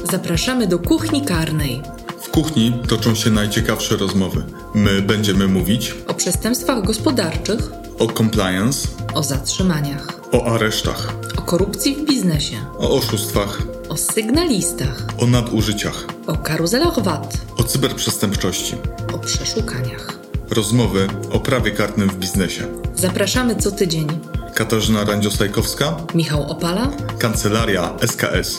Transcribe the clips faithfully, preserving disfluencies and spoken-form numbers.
Zapraszamy do kuchni karnej. W kuchni toczą się najciekawsze rozmowy. My będziemy mówić o przestępstwach gospodarczych, o compliance, o zatrzymaniach, o aresztach, o korupcji w biznesie, o oszustwach, o sygnalistach, o nadużyciach, o karuzelach V A T, o cyberprzestępczości, o przeszukaniach. Rozmowy o prawie karnym w biznesie. Zapraszamy co tydzień. Katarzyna Randziosajkowska, Michał Opala, Kancelaria S K S.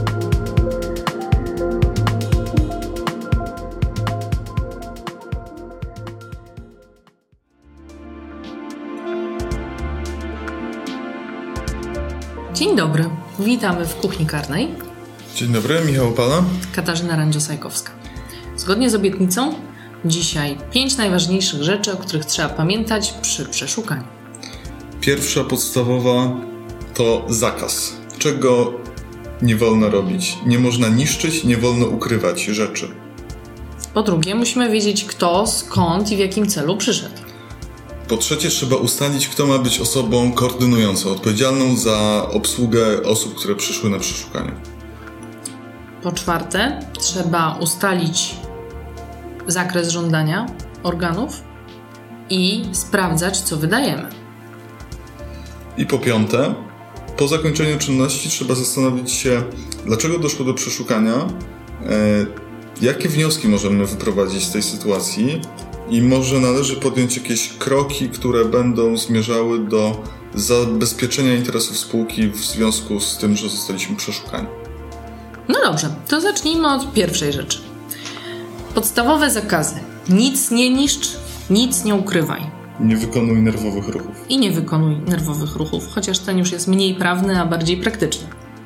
Dzień dobry, witamy w kuchni karnej. Dzień dobry, Michał Opala, Katarzyna Randziosajkowska. Zgodnie z obietnicą, dzisiaj pięć najważniejszych rzeczy, o których trzeba pamiętać przy przeszukaniu. Pierwsza podstawowa to zakaz. Czego nie wolno robić? Nie można niszczyć, nie wolno ukrywać rzeczy. Po drugie, musimy wiedzieć kto, skąd i w jakim celu przyszedł. Po trzecie, trzeba ustalić, kto ma być osobą koordynującą, odpowiedzialną za obsługę osób, które przyszły na przeszukanie. Po czwarte, trzeba ustalić zakres żądania organów i sprawdzać, co wydajemy. I po piąte, po zakończeniu czynności trzeba zastanowić się, dlaczego doszło do przeszukania, e, jakie wnioski możemy wyprowadzić z tej sytuacji i może należy podjąć jakieś kroki, które będą zmierzały do zabezpieczenia interesów spółki w związku z tym, że zostaliśmy przeszukani. No dobrze, to zacznijmy od pierwszej rzeczy. Podstawowe zakazy. Nic nie niszcz, nic nie ukrywaj. Nie wykonuj nerwowych ruchów. I nie wykonuj nerwowych ruchów, chociaż ten już jest mniej prawny, a bardziej praktyczny.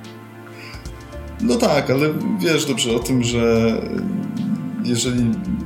No tak, ale wiesz dobrze o tym, że jeżeli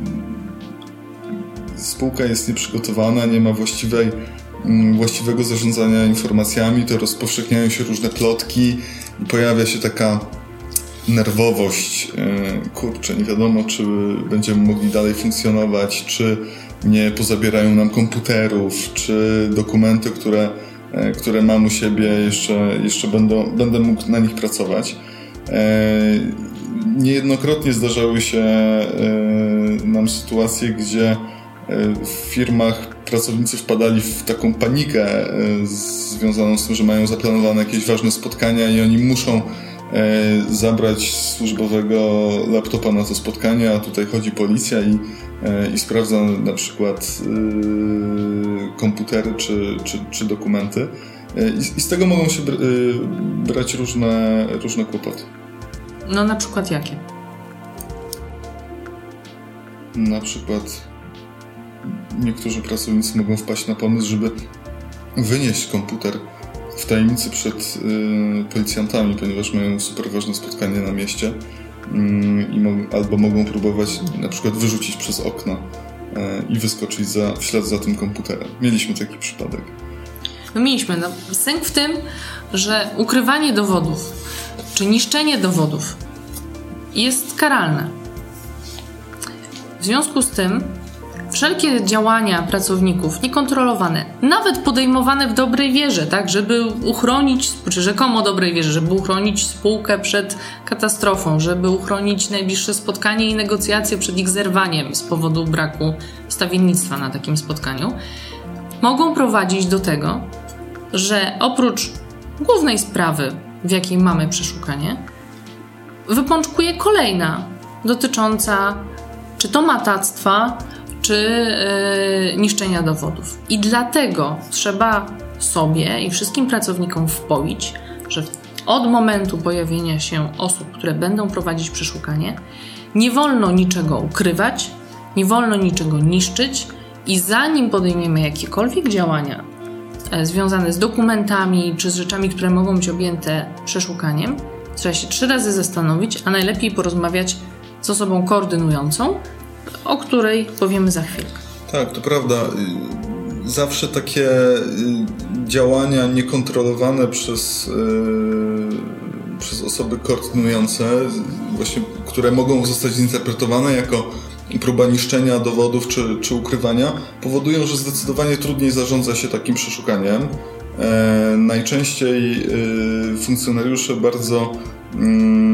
spółka jest nieprzygotowana, nie ma właściwej, właściwego zarządzania informacjami, to rozpowszechniają się różne plotki i pojawia się taka nerwowość. Kurczę, nie wiadomo, czy będziemy mogli dalej funkcjonować, czy nie pozabierają nam komputerów, czy dokumenty, które, które mam u siebie, jeszcze, jeszcze będą, będę mógł na nich pracować. Niejednokrotnie zdarzały się nam sytuacje, gdzie w firmach pracownicy wpadali w taką panikę związaną z tym, że mają zaplanowane jakieś ważne spotkania i oni muszą zabrać służbowego laptopa na to spotkanie, a tutaj chodzi policja i, i sprawdza na przykład komputery czy, czy, czy dokumenty. I, I z tego mogą się brać różne, różne kłopoty. No na przykład jakie? Na przykład niektórzy pracownicy mogą wpaść na pomysł, żeby wynieść komputer w tajemnicy przed y, policjantami, ponieważ mają super ważne spotkanie na mieście y, i mo- albo mogą próbować na przykład wyrzucić przez okno y, i wyskoczyć za, w ślad za tym komputerem. Mieliśmy taki przypadek. No mieliśmy. No, sęk w tym, że ukrywanie dowodów czy niszczenie dowodów jest karalne. W związku z tym wszelkie działania pracowników niekontrolowane, nawet podejmowane w dobrej wierze, tak, żeby uchronić, czy rzekomo dobrej wierze, żeby uchronić spółkę przed katastrofą, żeby uchronić najbliższe spotkanie i negocjacje przed ich zerwaniem z powodu braku stawiennictwa na takim spotkaniu, mogą prowadzić do tego, że oprócz głównej sprawy, w jakiej mamy przeszukanie, wypączkuje kolejna dotycząca czy to matactwa, czy yy, niszczenia dowodów. I dlatego trzeba sobie i wszystkim pracownikom wpoić, że od momentu pojawienia się osób, które będą prowadzić przeszukanie, nie wolno niczego ukrywać, nie wolno niczego niszczyć i zanim podejmiemy jakiekolwiek działania e, związane z dokumentami czy z rzeczami, które mogą być objęte przeszukaniem, trzeba się trzy razy zastanowić, a najlepiej porozmawiać z osobą koordynującą, o której powiemy za chwilkę. Tak, to prawda. Zawsze takie działania niekontrolowane przez, yy, przez osoby koordynujące, właśnie, które mogą zostać zinterpretowane jako próba niszczenia dowodów czy, czy ukrywania, powodują, że zdecydowanie trudniej zarządza się takim przeszukaniem. E, najczęściej e, funkcjonariusze bardzo mm,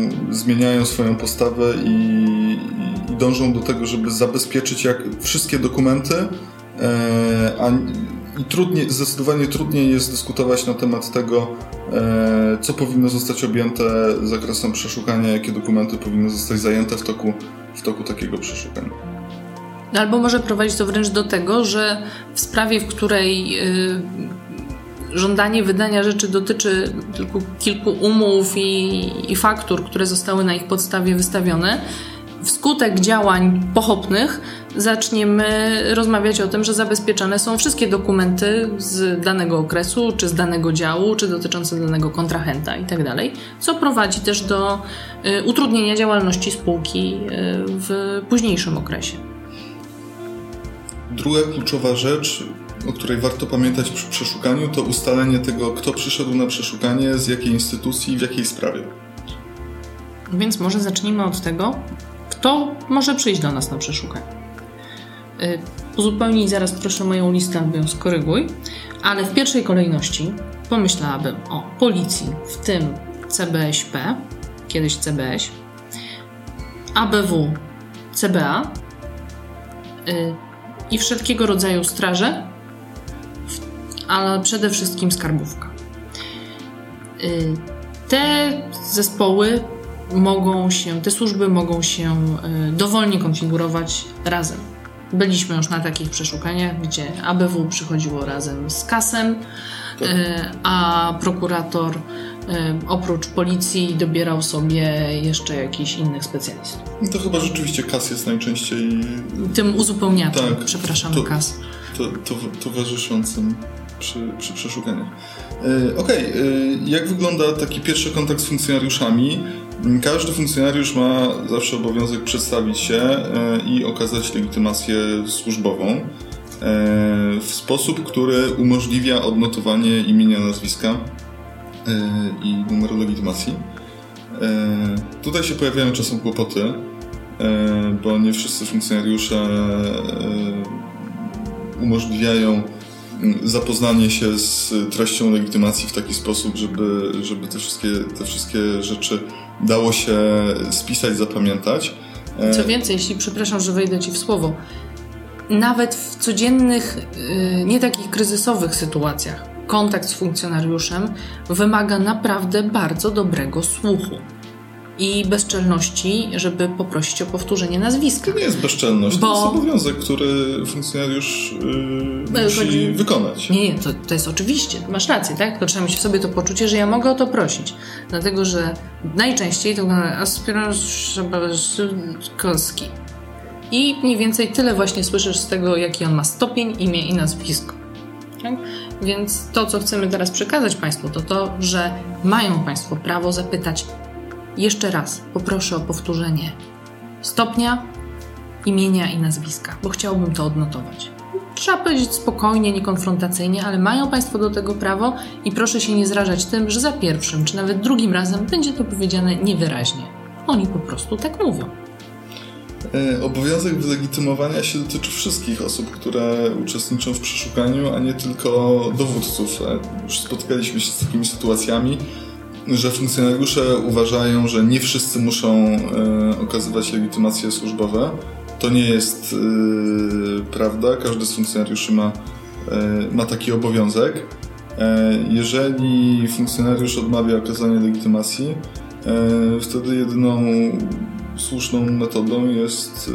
zmieniają swoją postawę i, i, i dążą do tego, żeby zabezpieczyć jak wszystkie dokumenty, a i trudniej, zdecydowanie trudniej jest dyskutować na temat tego, co powinno zostać objęte zakresem przeszukania, jakie dokumenty powinny zostać zajęte w toku, w toku takiego przeszukania. Albo może prowadzić to wręcz do tego, że w sprawie, w której yy, żądanie wydania rzeczy dotyczy tylko kilku umów i, i faktur, które zostały na ich podstawie wystawione, wskutek działań pochopnych zaczniemy rozmawiać o tym, że zabezpieczane są wszystkie dokumenty z danego okresu, czy z danego działu, czy dotyczące danego kontrahenta itd., co prowadzi też do y, utrudnienia działalności spółki y, w późniejszym okresie. Druga kluczowa rzecz, o której warto pamiętać przy przeszukaniu, to ustalenie tego, kto przyszedł na przeszukanie, z jakiej instytucji i w jakiej sprawie. Więc może zacznijmy od tego, kto może przyjść do nas na przeszukanie. Uzupełnij zaraz proszę moją listę, albo ją skoryguj, ale w pierwszej kolejności pomyślałabym o policji, w tym C B Ś P, kiedyś C B Ś, A B W, C B A yy, i wszelkiego rodzaju straże, ale przede wszystkim skarbówka. Yy, te zespoły mogą się, te służby mogą się yy, dowolnie konfigurować razem. Byliśmy już na takich przeszukaniach, gdzie A B W przychodziło razem z kasem, tak. a prokurator oprócz policji dobierał sobie jeszcze jakichś innych specjalistów. No to chyba rzeczywiście kas jest najczęściej... Tym uzupełniaczem, tak, przepraszamy, to, kas. To, to, towarzyszącym przy, przy przeszukaniach. Okej, okay. Jak wygląda taki pierwszy kontakt z funkcjonariuszami? Każdy funkcjonariusz ma zawsze obowiązek przedstawić się i okazać legitymację służbową w sposób, który umożliwia odnotowanie imienia, nazwiska i numeru legitymacji. Tutaj się pojawiają czasem kłopoty, bo nie wszyscy funkcjonariusze umożliwiają zapoznanie się z treścią legitymacji w taki sposób, żeby, żeby te wszystkie, te wszystkie rzeczy dało się spisać, zapamiętać. Co więcej, jeśli, przepraszam, że wejdę Ci w słowo, nawet w codziennych, nie takich kryzysowych sytuacjach, kontakt z funkcjonariuszem wymaga naprawdę bardzo dobrego słuchu i bezczelności, żeby poprosić o powtórzenie nazwiska. To nie jest bezczelność, bo... to jest obowiązek, który funkcjonariusz yy, musi chodzi... wykonać. Nie, nie, to, to jest oczywiście, masz rację, tak? Tylko trzeba mieć w sobie to poczucie, że ja mogę o to prosić. Dlatego, że najczęściej to aspirant Szabalski. I mniej więcej tyle właśnie słyszysz z tego, jaki on ma stopień, imię i nazwisko. Tak? Więc to, co chcemy teraz przekazać Państwu, to to, że mają Państwo prawo zapytać jeszcze raz, poproszę o powtórzenie stopnia, imienia i nazwiska, bo chciałbym to odnotować. Trzeba powiedzieć spokojnie, niekonfrontacyjnie, ale mają Państwo do tego prawo i proszę się nie zrażać tym, że za pierwszym czy nawet drugim razem będzie to powiedziane niewyraźnie. Oni po prostu tak mówią. Obowiązek wylegitymowania się dotyczy wszystkich osób, które uczestniczą w przeszukaniu, a nie tylko dowódców. Już spotkaliśmy się z takimi sytuacjami, że funkcjonariusze uważają, że nie wszyscy muszą e, okazywać legitymacje służbowe. To nie jest e, prawda. Każdy z funkcjonariuszy ma, e, ma taki obowiązek. E, jeżeli funkcjonariusz odmawia okazania legitymacji, e, wtedy jedyną słuszną metodą jest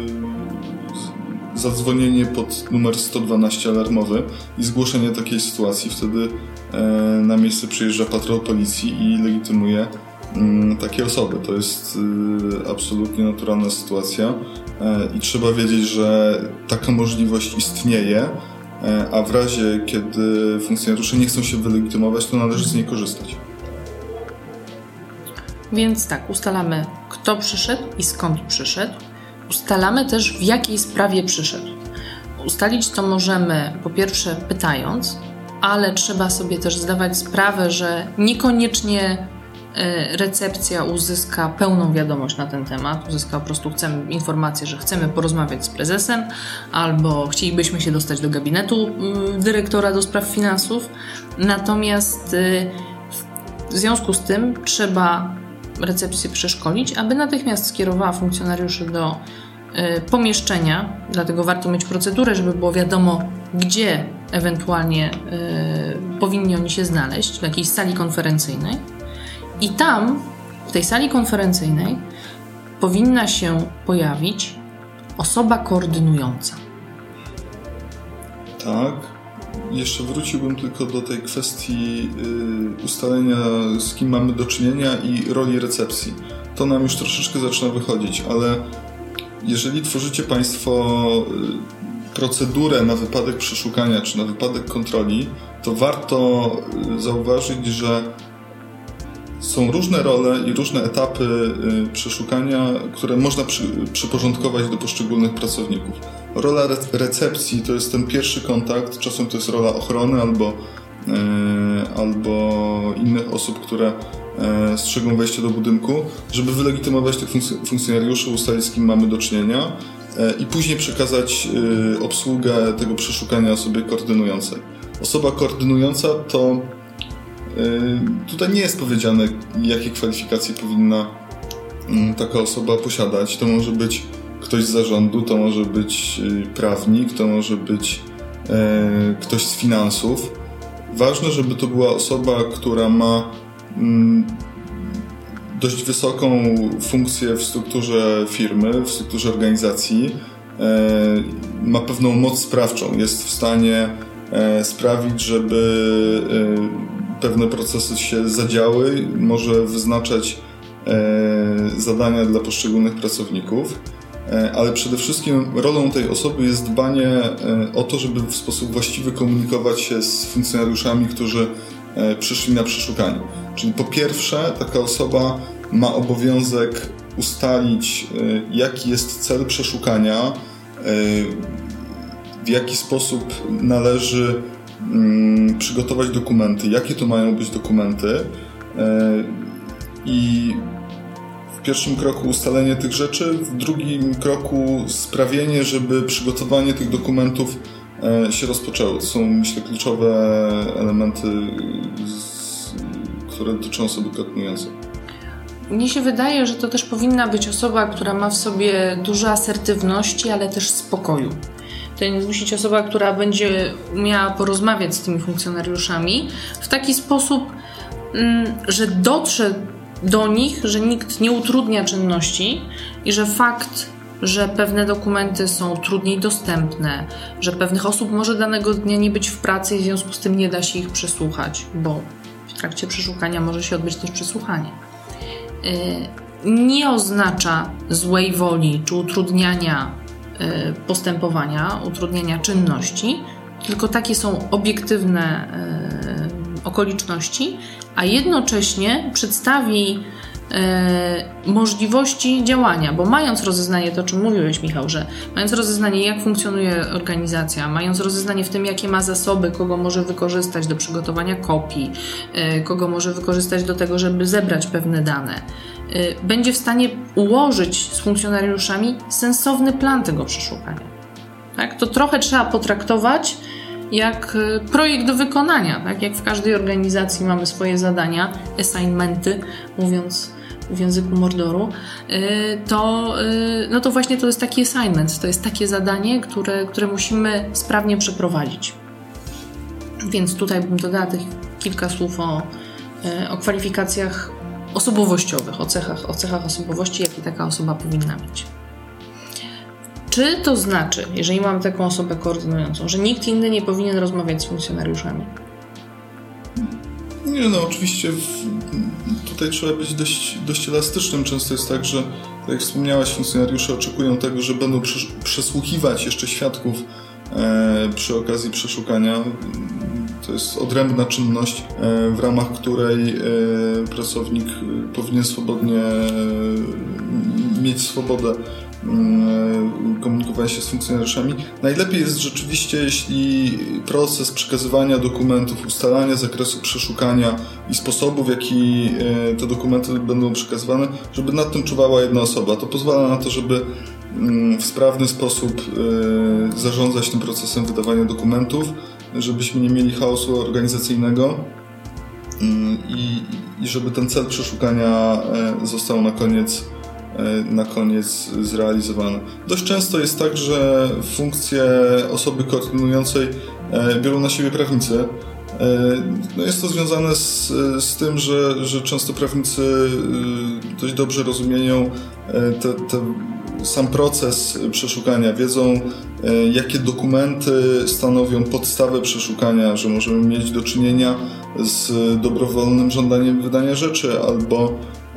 e, zadzwonienie pod numer sto dwanaście alarmowy i zgłoszenie takiej sytuacji. Wtedy na miejsce przyjeżdża patrol policji i legitymuje takie osoby. To jest absolutnie naturalna sytuacja i trzeba wiedzieć, że taka możliwość istnieje, a w razie, kiedy funkcjonariusze nie chcą się wylegitymować, to należy z niej korzystać. Więc tak, ustalamy, kto przyszedł i skąd przyszedł. Ustalamy też, w jakiej sprawie przyszedł. Ustalić to możemy, po pierwsze, pytając, ale trzeba sobie też zdawać sprawę, że niekoniecznie recepcja uzyska pełną wiadomość na ten temat. Uzyska po prostu chcemy informację, że chcemy porozmawiać z prezesem albo chcielibyśmy się dostać do gabinetu dyrektora do spraw finansów. Natomiast w związku z tym trzeba recepcję przeszkolić, aby natychmiast skierowała funkcjonariuszy do y, pomieszczenia, dlatego warto mieć procedurę, żeby było wiadomo, gdzie ewentualnie y, powinni oni się znaleźć, w jakiejś sali konferencyjnej. I tam, w tej sali konferencyjnej, powinna się pojawić osoba koordynująca. Tak. Jeszcze wróciłbym tylko do tej kwestii y, ustalenia, z kim mamy do czynienia i roli recepcji. To nam już troszeczkę zaczyna wychodzić, ale jeżeli tworzycie Państwo y, procedurę na wypadek przeszukania czy na wypadek kontroli, to warto y, zauważyć, że są różne role i różne etapy y, przeszukania, które można przy, przyporządkować do poszczególnych pracowników. Rola re- recepcji to jest ten pierwszy kontakt, czasem to jest rola ochrony albo, y, albo innych osób, które y, strzegą wejście do budynku, żeby wylegitymować tych funkc- funkcjonariuszy, ustalić, z kim mamy do czynienia y, i później przekazać y, obsługę tego przeszukania osobie koordynującej. Osoba koordynująca to tutaj nie jest powiedziane, jakie kwalifikacje powinna taka osoba posiadać. To może być ktoś z zarządu, to może być prawnik, to może być ktoś z finansów. Ważne, żeby to była osoba, która ma dość wysoką funkcję w strukturze firmy, w strukturze organizacji, ma pewną moc sprawczą, jest w stanie sprawić, żeby pewne procesy się zadziały, może wyznaczać zadania dla poszczególnych pracowników, ale przede wszystkim rolą tej osoby jest dbanie o to, żeby w sposób właściwy komunikować się z funkcjonariuszami, którzy przyszli na przeszukanie. Czyli po pierwsze, taka osoba ma obowiązek ustalić, jaki jest cel przeszukania, w jaki sposób należy przygotować dokumenty, jakie to mają być dokumenty i w pierwszym kroku ustalenie tych rzeczy, w drugim kroku sprawienie, żeby przygotowanie tych dokumentów się rozpoczęło. To są, myślę, kluczowe elementy, które dotyczą osoby koordynującej. Mnie się wydaje, że to też powinna być osoba, która ma w sobie dużo asertywności, ale też spokoju. To nie musi być osoba, która będzie umiała porozmawiać z tymi funkcjonariuszami w taki sposób, że dotrze do nich, że nikt nie utrudnia czynności i że fakt, że pewne dokumenty są trudniej dostępne, że pewnych osób może danego dnia nie być w pracy i w związku z tym nie da się ich przesłuchać, bo w trakcie przeszukania może się odbyć też przesłuchanie. Nie oznacza złej woli czy utrudniania postępowania, utrudniania czynności, tylko takie są obiektywne okoliczności, a jednocześnie przedstawi możliwości działania, bo mając rozeznanie, to o czym mówiłeś, Michał, że mając rozeznanie, jak funkcjonuje organizacja, mając rozeznanie w tym, jakie ma zasoby, kogo może wykorzystać do przygotowania kopii, kogo może wykorzystać do tego, żeby zebrać pewne dane, będzie w stanie ułożyć z funkcjonariuszami sensowny plan tego przeszukania. Tak? To trochę trzeba potraktować jak projekt do wykonania. Tak? Jak w każdej organizacji mamy swoje zadania, assignmenty, mówiąc w języku Mordoru, to, no to właśnie to jest taki assignment, to jest takie zadanie, które, które musimy sprawnie przeprowadzić. Więc tutaj bym dodała tych kilka słów o, o kwalifikacjach osobowościowych, o cechach, o cechach osobowości, jakie taka osoba powinna mieć. Czy to znaczy, jeżeli mamy taką osobę koordynującą, że nikt inny nie powinien rozmawiać z funkcjonariuszami? Nie, no oczywiście w, tutaj trzeba być dość, dość elastycznym. Często jest tak, że tak jak wspomniałaś, funkcjonariusze oczekują tego, że będą przesłuchiwać jeszcze świadków e, przy okazji przeszukania. To jest odrębna czynność, e, w ramach której e, pracownik powinien swobodnie e, mieć swobodę komunikowania się z funkcjonariuszami. Najlepiej jest rzeczywiście, jeśli proces przekazywania dokumentów, ustalania zakresu przeszukania i sposobu, w jaki te dokumenty będą przekazywane, żeby nad tym czuwała jedna osoba. To pozwala na to, żeby w sprawny sposób zarządzać tym procesem wydawania dokumentów, żebyśmy nie mieli chaosu organizacyjnego i, i żeby ten cel przeszukania został na koniec, na koniec zrealizowany. Dość często jest tak, że funkcję osoby koordynującej biorą na siebie prawnicy. No jest to związane z, z tym, że, że często prawnicy dość dobrze rozumieją te, te, sam proces przeszukania, wiedzą, jakie dokumenty stanowią podstawę przeszukania, że możemy mieć do czynienia z dobrowolnym żądaniem wydania rzeczy albo,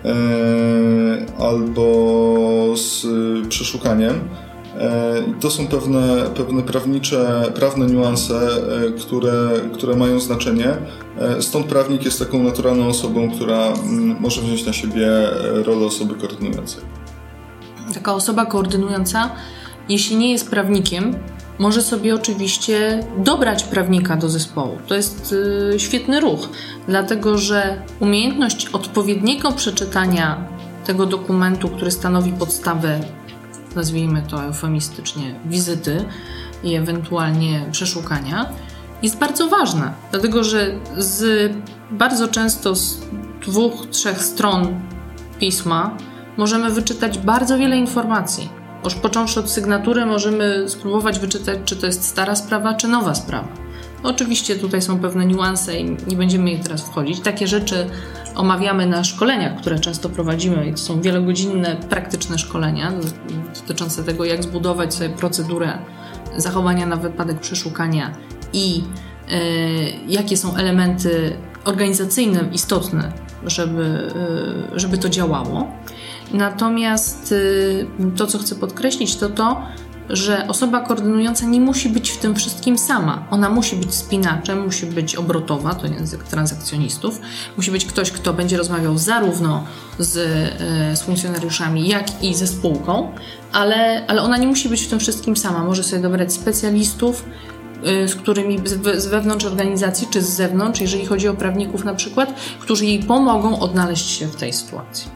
albo z przeszukaniem. To są pewne, pewne prawnicze, prawne niuanse, które, które mają znaczenie. Stąd prawnik jest taką naturalną osobą, która może wziąć na siebie rolę osoby koordynującej. Taka osoba koordynująca, jeśli nie jest prawnikiem, może sobie oczywiście dobrać prawnika do zespołu. To jest yy, świetny ruch, dlatego że umiejętność odpowiedniego przeczytania tego dokumentu, który stanowi podstawę, nazwijmy to eufemistycznie, wizyty i ewentualnie przeszukania, jest bardzo ważna, dlatego że z bardzo często z dwóch, trzech stron pisma możemy wyczytać bardzo wiele informacji. Już począwszy od sygnatury możemy spróbować wyczytać, czy to jest stara sprawa, czy nowa sprawa. Oczywiście tutaj są pewne niuanse i nie będziemy je teraz wchodzić. Takie rzeczy omawiamy na szkoleniach, które często prowadzimy. To są wielogodzinne, praktyczne szkolenia dotyczące tego, jak zbudować sobie procedurę zachowania na wypadek przeszukania i yy, jakie są elementy organizacyjne istotne, żeby, yy, żeby to działało. Natomiast yy, to, co chcę podkreślić, to to, że osoba koordynująca nie musi być w tym wszystkim sama. Ona musi być spinaczem, musi być obrotowa, to język transakcjonistów. Musi być ktoś, kto będzie rozmawiał zarówno z, z funkcjonariuszami, jak i ze spółką, ale, ale ona nie musi być w tym wszystkim sama. Może sobie dobrać specjalistów, z którymi z, z wewnątrz organizacji, czy z zewnątrz, jeżeli chodzi o prawników na przykład, którzy jej pomogą odnaleźć się w tej sytuacji.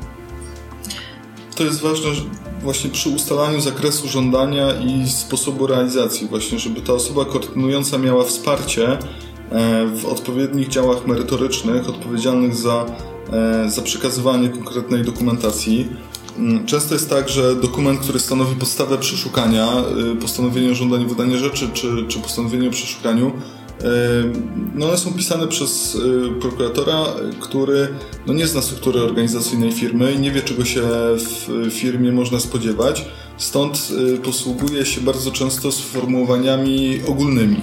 To jest ważne, że właśnie przy ustalaniu zakresu żądania i sposobu realizacji, właśnie żeby ta osoba koordynująca miała wsparcie w odpowiednich działach merytorycznych odpowiedzialnych za, za przekazywanie konkretnej dokumentacji. Często jest tak, że dokument, który stanowi podstawę przeszukania, postanowienie o żądaniu wydania rzeczy czy, czy postanowienie o przeszukaniu, no one są pisane przez prokuratora, który no nie zna struktury organizacyjnej firmy i nie wie, czego się w firmie można spodziewać. Stąd posługuje się bardzo często sformułowaniami ogólnymi.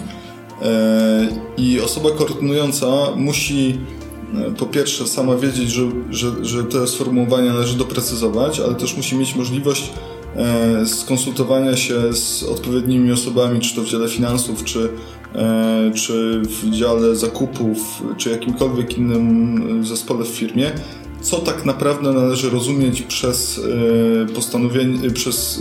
I osoba koordynująca musi po pierwsze sama wiedzieć, że, że, że te sformułowania należy doprecyzować, ale też musi mieć możliwość skonsultowania się z odpowiednimi osobami, czy to w dziale finansów, czy, czy w dziale zakupów, czy jakimkolwiek innym zespole w firmie, co tak naprawdę należy rozumieć przez postanowienie, przez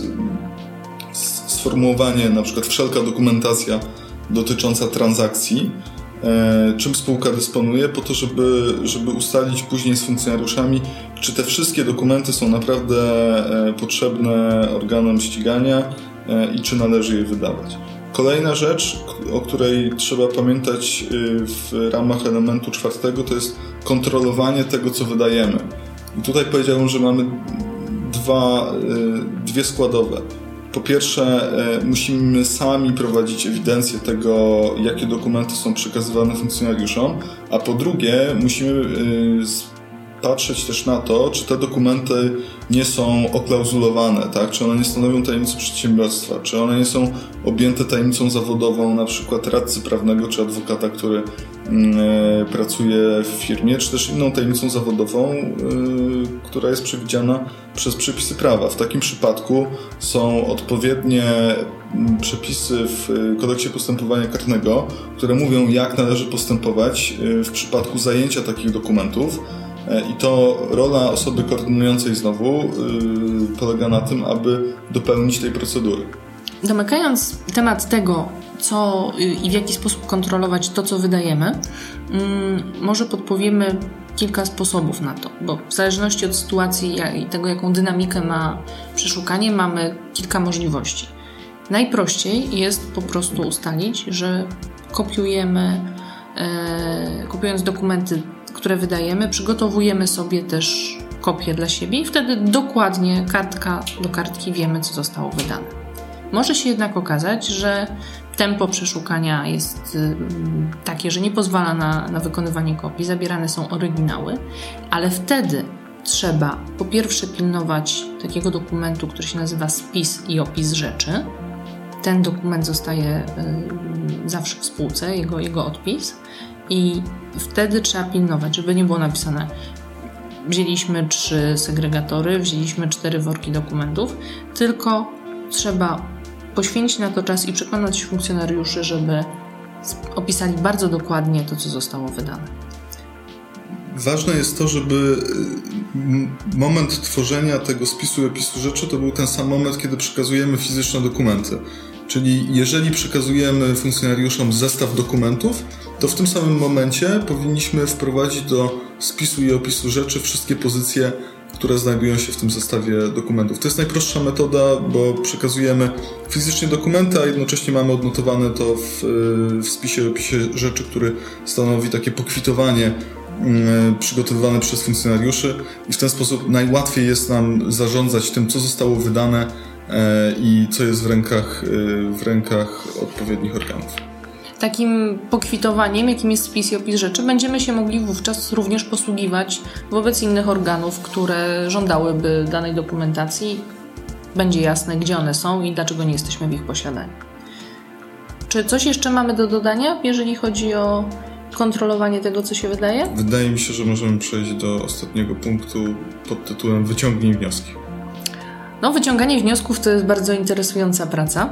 sformułowanie na przykład wszelka dokumentacja dotycząca transakcji, czym spółka dysponuje, po to, żeby, żeby ustalić później z funkcjonariuszami, czy te wszystkie dokumenty są naprawdę potrzebne organom ścigania i czy należy je wydawać. Kolejna rzecz, o której trzeba pamiętać w ramach elementu czwartego, to jest kontrolowanie tego, co wydajemy. I tutaj powiedziałbym, że mamy dwa, dwie składowe. Po pierwsze, musimy sami prowadzić ewidencję tego, jakie dokumenty są przekazywane funkcjonariuszom, a po drugie, musimy patrzeć też na to, czy te dokumenty nie są oklauzulowane, tak? Czy one nie stanowią tajemnicy przedsiębiorstwa, czy one nie są objęte tajemnicą zawodową, na przykład radcy prawnego czy adwokata, który yy, pracuje w firmie, czy też inną tajemnicą zawodową, yy, która jest przewidziana przez przepisy prawa. W takim przypadku są odpowiednie przepisy w Kodeksie Postępowania Karnego, które mówią, jak należy postępować w przypadku zajęcia takich dokumentów. I to rola osoby koordynującej znowu yy, polega na tym, aby dopełnić tej procedury. Domykając temat tego, co i w jaki sposób kontrolować to, co wydajemy, yy, może podpowiemy kilka sposobów na to, bo w zależności od sytuacji i tego, jaką dynamikę ma przeszukanie, mamy kilka możliwości. Najprościej jest po prostu ustalić, że kopiujemy, yy, kopiując dokumenty, które wydajemy, przygotowujemy sobie też kopię dla siebie i wtedy dokładnie kartka do kartki wiemy, co zostało wydane. Może się jednak okazać, że tempo przeszukania jest takie, że nie pozwala na, na wykonywanie kopii, zabierane są oryginały, ale wtedy trzeba po pierwsze pilnować takiego dokumentu, który się nazywa spis i opis rzeczy. Ten dokument zostaje y, zawsze w spółce, jego, jego odpis i wtedy trzeba pilnować, żeby nie było napisane wzięliśmy trzy segregatory, wzięliśmy cztery worki dokumentów, tylko trzeba poświęcić na to czas i przekonać funkcjonariuszy, żeby opisali bardzo dokładnie to, co zostało wydane. Ważne jest to, żeby moment tworzenia tego spisu i opisu rzeczy to był ten sam moment, kiedy przekazujemy fizyczne dokumenty. Czyli jeżeli przekazujemy funkcjonariuszom zestaw dokumentów, to w tym samym momencie powinniśmy wprowadzić do spisu i opisu rzeczy wszystkie pozycje, które znajdują się w tym zestawie dokumentów. To jest najprostsza metoda, bo przekazujemy fizycznie dokumenty, a jednocześnie mamy odnotowane to w, w spisie i opisie rzeczy, który stanowi takie pokwitowanie przygotowywane przez funkcjonariuszy i w ten sposób najłatwiej jest nam zarządzać tym, co zostało wydane i co jest w rękach, w rękach odpowiednich organów. Takim pokwitowaniem, jakim jest spis i opis rzeczy, będziemy się mogli wówczas również posługiwać wobec innych organów, które żądałyby danej dokumentacji. Będzie jasne, gdzie one są i dlaczego nie jesteśmy w ich posiadaniu. Czy coś jeszcze mamy do dodania, jeżeli chodzi o kontrolowanie tego, co się wydaje? Wydaje mi się, że możemy przejść do ostatniego punktu pod tytułem wyciągnij wnioski. No, wyciąganie wniosków to jest bardzo interesująca praca,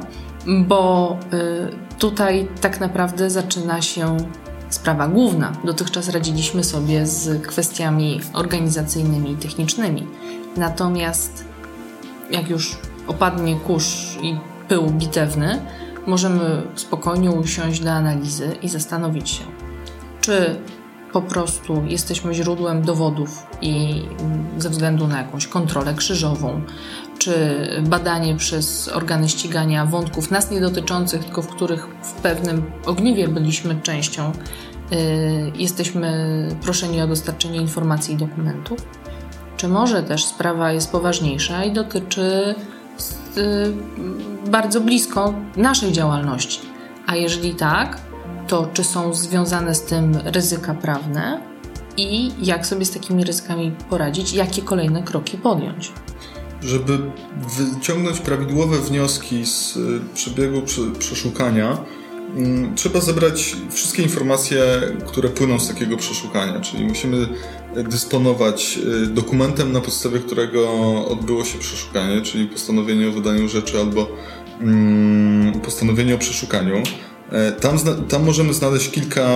bo y, tutaj tak naprawdę zaczyna się sprawa główna. Dotychczas radziliśmy sobie z kwestiami organizacyjnymi i technicznymi. Natomiast jak już opadnie kurz i pył bitewny, możemy spokojnie usiąść do analizy i zastanowić się, czy po prostu jesteśmy źródłem dowodów i ze względu na jakąś kontrolę krzyżową, czy badanie przez organy ścigania wątków nas nie dotyczących, tylko w których w pewnym ogniwie byliśmy częścią, yy, jesteśmy proszeni o dostarczenie informacji i dokumentów. Czy może też sprawa jest poważniejsza i dotyczy yy, bardzo blisko naszej działalności? A jeżeli tak, to czy są związane z tym ryzyka prawne i jak sobie z takimi ryzykami poradzić, jakie kolejne kroki podjąć? Żeby wyciągnąć prawidłowe wnioski z przebiegu przeszukania, trzeba zebrać wszystkie informacje, które płyną z takiego przeszukania, czyli musimy dysponować dokumentem, na podstawie którego odbyło się przeszukanie, czyli postanowienie o wydaniu rzeczy albo postanowienie o przeszukaniu. Tam, tam możemy znaleźć kilka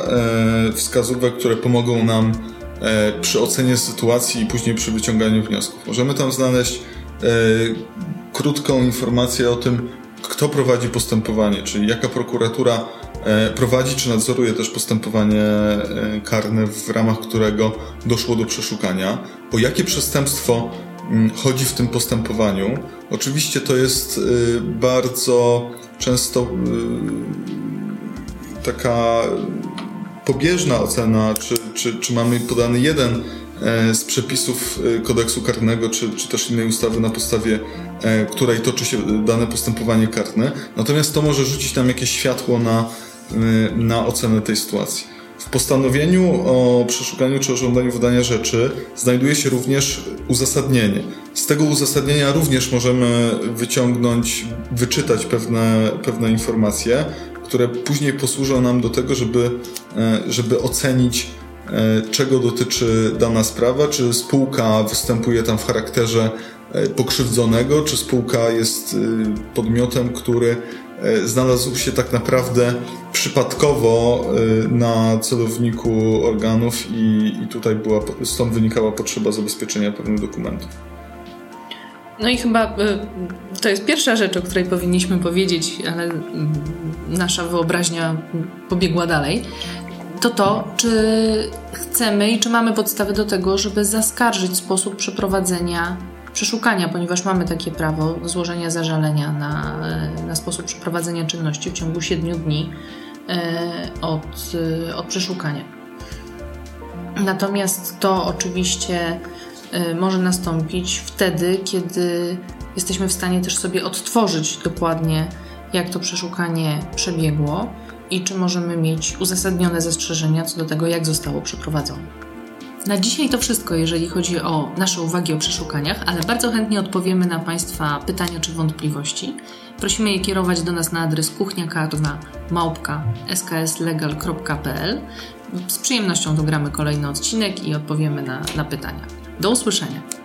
wskazówek, które pomogą nam przy ocenie sytuacji i później przy wyciąganiu wniosków. Możemy tam znaleźć krótką informację o tym, kto prowadzi postępowanie, czyli jaka prokuratura prowadzi czy nadzoruje też postępowanie karne, w ramach którego doszło do przeszukania, o jakie przestępstwo chodzi w tym postępowaniu. Oczywiście to jest bardzo często taka pobieżna ocena, czy, czy, czy mamy podany jeden z przepisów kodeksu karnego, czy, czy też innej ustawy, na podstawie której toczy się dane postępowanie karne. Natomiast to może rzucić nam jakieś światło na, na ocenę tej sytuacji. W postanowieniu o przeszukaniu czy o żądaniu wydania rzeczy znajduje się również uzasadnienie. Z tego uzasadnienia również możemy wyciągnąć, wyczytać pewne, pewne informacje, które później posłużą nam do tego, żeby, żeby ocenić, czego dotyczy dana sprawa, czy spółka występuje tam w charakterze pokrzywdzonego, czy spółka jest podmiotem, który znalazł się tak naprawdę przypadkowo na celowniku organów i, i tutaj była, stąd wynikała potrzeba zabezpieczenia pewnych dokumentów. No i chyba to jest pierwsza rzecz, o której powinniśmy powiedzieć, ale nasza wyobraźnia pobiegła dalej. To to, czy chcemy i czy mamy podstawy do tego, żeby zaskarżyć sposób przeprowadzenia przeszukania, ponieważ mamy takie prawo złożenia zażalenia na, na sposób przeprowadzenia czynności w ciągu siedmiu dni od, od przeszukania. Natomiast to oczywiście y, może nastąpić wtedy, kiedy jesteśmy w stanie też sobie odtworzyć dokładnie, jak to przeszukanie przebiegło i czy możemy mieć uzasadnione zastrzeżenia co do tego, jak zostało przeprowadzone. Na dzisiaj to wszystko, jeżeli chodzi o nasze uwagi o przeszukaniach, ale bardzo chętnie odpowiemy na Państwa pytania czy wątpliwości. Prosimy je kierować do nas na adres kuchniakarna małpka s k s legal kropka p l. Z przyjemnością dogramy kolejny odcinek i odpowiemy na, na pytania. Do usłyszenia.